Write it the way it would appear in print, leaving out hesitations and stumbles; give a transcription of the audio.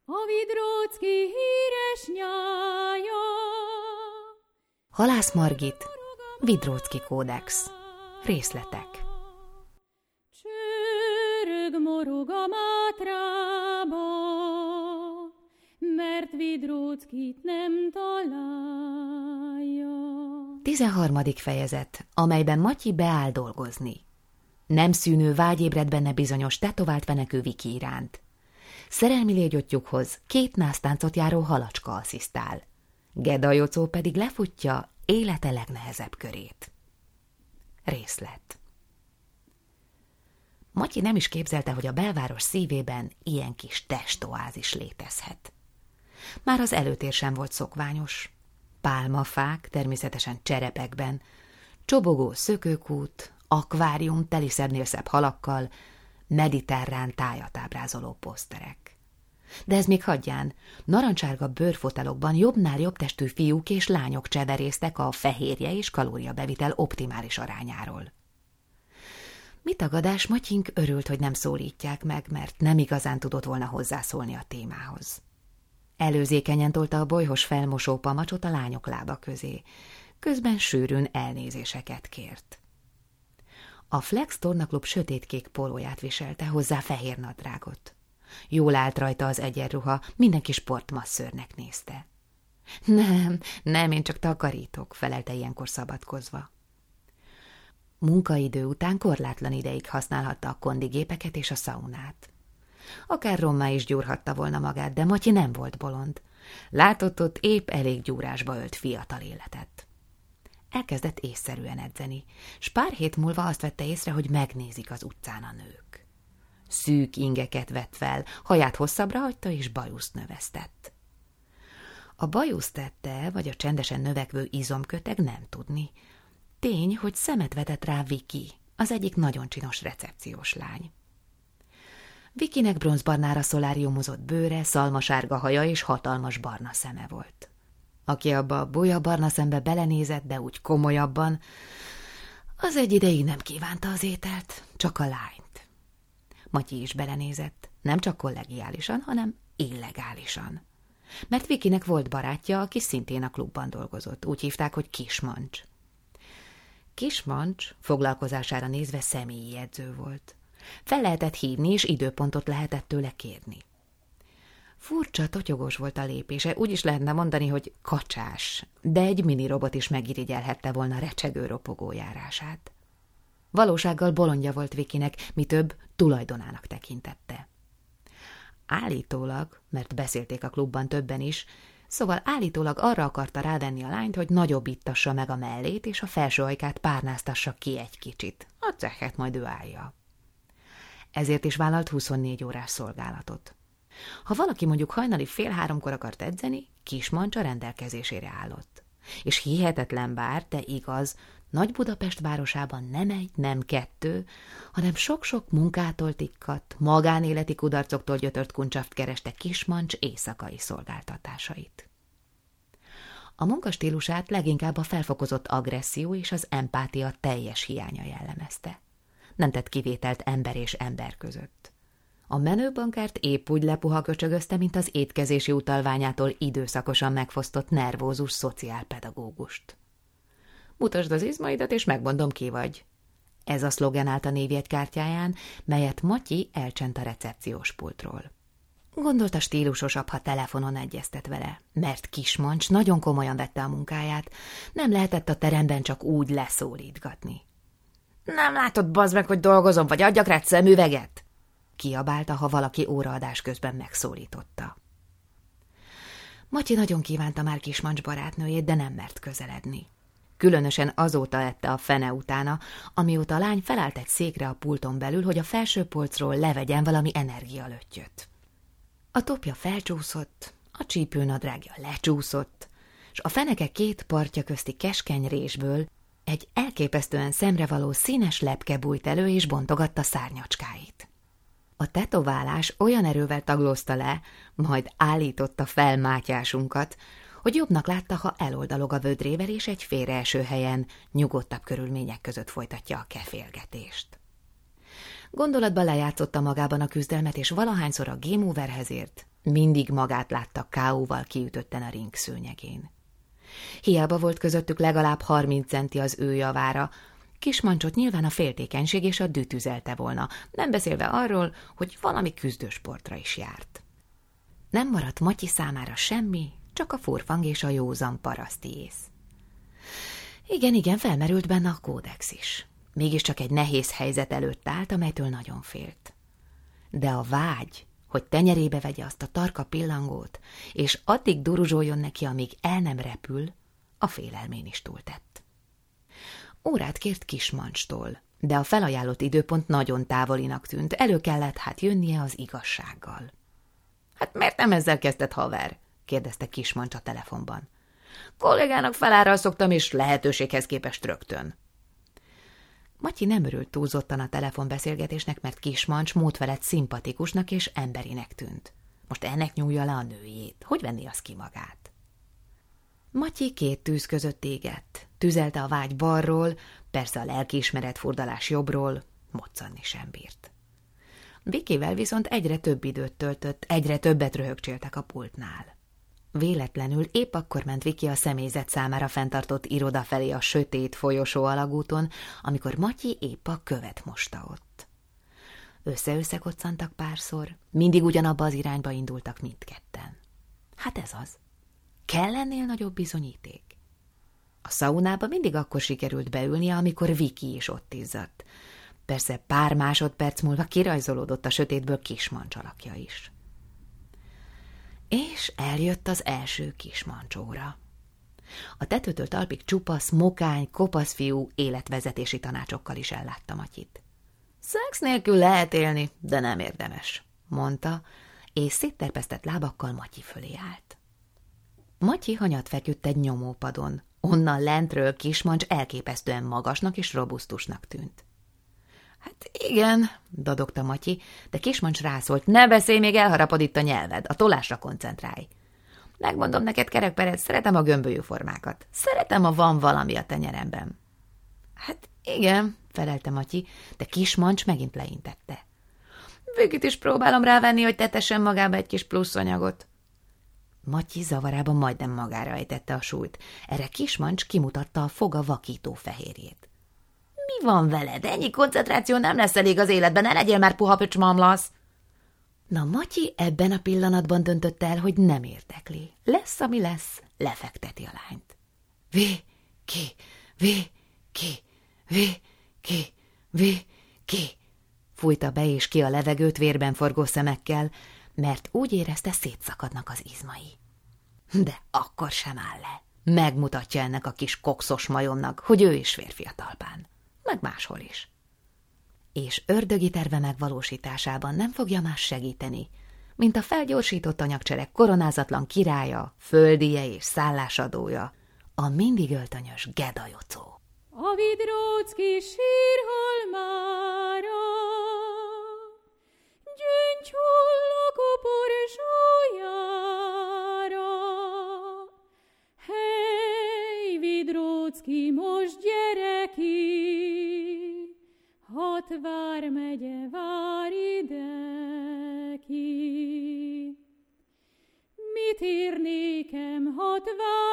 A Vidróczki híres nyája. Halász Margit, Vidróczki kódex. Részletek. Csörög morog a Mátrába, mert Vidróczkit nem találja. 13. fejezet, amelyben Matyi beáll dolgozni. Nem szűnő vágy ébred benne bizonyos tetovált fenekű Viki iránt. Szerelmi légyottyukhoz 2 násztáncot járó halacska asszisztál. Geda Jocó pedig lefutja élete legnehezebb körét. Részlet. Matyi nem is képzelte, hogy a belváros szívében ilyen kis testoázis létezhet. Már az előtér sem volt szokványos. Pálmafák, természetesen cserepekben, csobogó szökőkút, akvárium teli szebbnél szebb halakkal, mediterrán tájat ábrázoló poszterek. De ez még hagyján, narancsárga bőrfotelokban jobbnál jobb testű fiúk és lányok cseverésztek a fehérje és kalóriabevitel optimális arányáról. Mi tagadás, Matyink örült, hogy nem szólítják meg, mert nem igazán tudott volna hozzászólni a témához. Előzékenyen tolta a bolyhos felmosó pamacsot a lányok lába közé, közben sűrűn elnézéseket kért. A Flex tornaklub sötétkék pólóját viselte, hozzá fehér nadrágot. Jól állt rajta az egyenruha, mindenki sportmasszőrnek nézte. Nem, én csak takarítok, felelte ilyenkor szabadkozva. Munkaidő után korlátlan ideig használhatta a kondigépeket és a szaunát. Akár rommá is gyúrhatta volna magát, de Matyi nem volt bolond. Látott ott épp elég gyúrásba ölt fiatal életet. Elkezdett észszerűen edzeni, s pár hét múlva azt vette észre, hogy megnézik az utcán a nők. Szűk ingeket vett fel, haját hosszabbra hagyta és bajuszt növesztett. A bajuszt tette, vagy a csendesen növekvő izomköteg nem tudni. Tény, hogy szemet vetett rá Viki, az egyik nagyon csinos recepciós lány. Vikinek bronzbarnára szoláriumozott bőre, szalmasárga haja és hatalmas barna szeme volt. Aki abba a bolya barna szembe belenézett, de úgy komolyabban, az egy ideig nem kívánta az ételt, csak a lányt. Matyi is belenézett, nem csak kollegiálisan, hanem illegálisan. Mert Vikinek volt barátja, aki szintén a klubban dolgozott, úgy hívták, hogy Kismancs. Kismancs foglalkozására nézve személyi edző volt. Fel lehetett hívni, és időpontot lehetett tőle kérni. Furcsa, totyogós volt a lépése, úgy is lehetne mondani, hogy kacsás, de egy minirobot is megirigyelhette volna recsegő ropogójárását. Valósággal bolondja volt Vikinek, mi több, tulajdonának tekintette. Állítólag, mert beszélték a klubban többen is, szóval állítólag arra akarta rávenni a lányt, hogy nagyobbítassa meg a mellét, és a felső ajkát párnáztassa ki egy kicsit. A cehet majd ő állja. Ezért is vállalt 24 órás szolgálatot. Ha valaki mondjuk hajnali 2:30 akart edzeni, Kismancs a rendelkezésére állott. És hihetetlen bár, de igaz, Nagy-Budapest városában nem egy, nem 2, hanem sok-sok munkától tikkadt, magánéleti kudarcoktól gyötört kuncsaft kereste Kismancs éjszakai szolgáltatásait. A munkastílusát leginkább a felfokozott agresszió és az empátia teljes hiánya jellemezte. Nem tett kivételt ember és ember között. A menőbankárt épp úgy lepuhaköcsögözte, mint az étkezési utalványától időszakosan megfosztott nervózus szociálpedagógust. Mutasd az izmaidat, és megmondom, ki vagy. Ez a szlogen állt a névjegykártyáján, melyet Matyi elcsent a recepciós pultról. Gondolta, stílusosabb, ha telefonon egyeztet vele, mert Kismancs nagyon komolyan vette a munkáját, nem lehetett a teremben csak úgy leszólítgatni. Nem látod, bazd meg, hogy dolgozom, vagy adjak rá szemüveget? Kiabálta, ha valaki óraadás közben megszólította. Matyi nagyon kívánta már Kismancs barátnőjét, de nem mert közeledni. Különösen azóta ette a fene utána, amióta a lány felállt egy székre a pulton belül, hogy a felső polcról levegyen valami energialöttyöt. A topja felcsúszott, a csípőnadrágja lecsúszott, s a feneke 2 partja közti keskeny résből egy elképesztően szemrevaló színes lepke bújt elő és bontogatta szárnyacskáit. A tetoválás olyan erővel taglózta le, majd állította fel mátyásunkat, hogy jobbnak látta, ha eloldalog a vödrével, és egy félreeső helyen, nyugodtabb körülmények között folytatja a kefélgetést. Gondolatban lejátszotta magában a küzdelmet, és valahányszor a game overhez ért, Mindig magát látta K.O.-val kiütötten a ring szőnyegén. Hiába volt közöttük legalább 30 centi az ő javára, Kismancsot nyilván a féltékenység és a düh tüzelte volna, nem beszélve arról, hogy valami küzdősportra is járt. Nem maradt Matyi számára semmi, csak a furfang és a józan paraszti ész. Igen, felmerült benne a kódex is. Mégiscsak egy nehéz helyzet előtt állt, amelytől nagyon félt. De a vágy, hogy tenyerébe vegye azt a tarka pillangót, és addig duruzsoljon neki, amíg el nem repül, a félelmén is túltett. Órát kért Kismancstól, de a felajánlott időpont nagyon távolinak tűnt, elő kellett jönnie az igazsággal. Hát miért nem ezzel kezdett, haver? Kérdezte Kismancs a telefonban. Kollégának felállal szoktam, és lehetőséghez képest rögtön. Matyi nem örült túlzottan a telefonbeszélgetésnek, mert Kismancs módfelett szimpatikusnak és emberinek tűnt. Most ennek nyúlja le a nőjét. Hogy venné az ki magát? Matyi 2 tűz között égett. Tüzelte a vágy balról, persze a lelkiismeret furdalás jobbról, moccanni sem bírt. Vikivel viszont egyre több időt töltött, egyre többet röhögcséltek a pultnál. Véletlenül épp akkor ment Viki a személyzet számára fenntartott iroda felé a sötét folyosó alagúton, amikor Matyi épp a követ mosta ott. Össze-össze koccantak párszor, mindig ugyanabba az irányba indultak mindketten. Hát ez az. Kell ennél nagyobb bizonyíték? A szaunába mindig akkor sikerült beülnie, amikor Viki is ott izzadt. Persze pár másodperc múlva kirajzolódott a sötétből Kismancs alakja is. És eljött az első Kismancsóra. A tetőtől talpig csupasz, mokány, kopasz fiú életvezetési tanácsokkal is ellátta Matyit. Szex nélkül lehet élni, de nem érdemes, mondta, és szétterpesztett lábakkal Matyi fölé állt. Matyi hanyat feküdt egy nyomópadon, onnan lentről Kismancs elképesztően magasnak és robusztusnak tűnt. Hát igen, dadogta Matyi, de Kismancs rászólt, ne beszélj, még elharapod itt a nyelved, a tolásra koncentrálj. Megmondom neked, kerekperec, szeretem a gömbölyű formákat. Szeretem, ha van valami a tenyeremben. Hát igen, felelte Matyi, de Kismancs megint leintette. Végig is próbálom rávenni, hogy tetessen magába egy kis plusz anyagot. Matyi zavarában majdnem magára ejtette a súlyt. Erre Kismancs kimutatta a foga vakító fehérjét. Mi van veled? Ennyi koncentráció nem lesz elég az életben, ne legyél már puha pöcsmamlasz! Na, Matyi ebben a pillanatban döntött el, hogy nem érdekli. Lesz, ami lesz, lefekteti a lányt. Ki, fújta be és ki a levegőt vérben forgó szemekkel, mert úgy érezte, szétszakadnak az izmai. De akkor sem áll le. Megmutatja ennek a kis kokszos majomnak, hogy ő is férfi a talpán. Meg máshol is. És ördögi terve megvalósításában nem fogja más segíteni, mint a felgyorsított anyagcserek koronázatlan királya, földije és szállásadója, a mindig öltönyös Geda Jocó. A Vidrócki sírhalmára gyöngy hull a koporsójára. Hey, Vidrócki, most gyere ki, Hat vármegye vár ide ki. Mit ír nékem Hat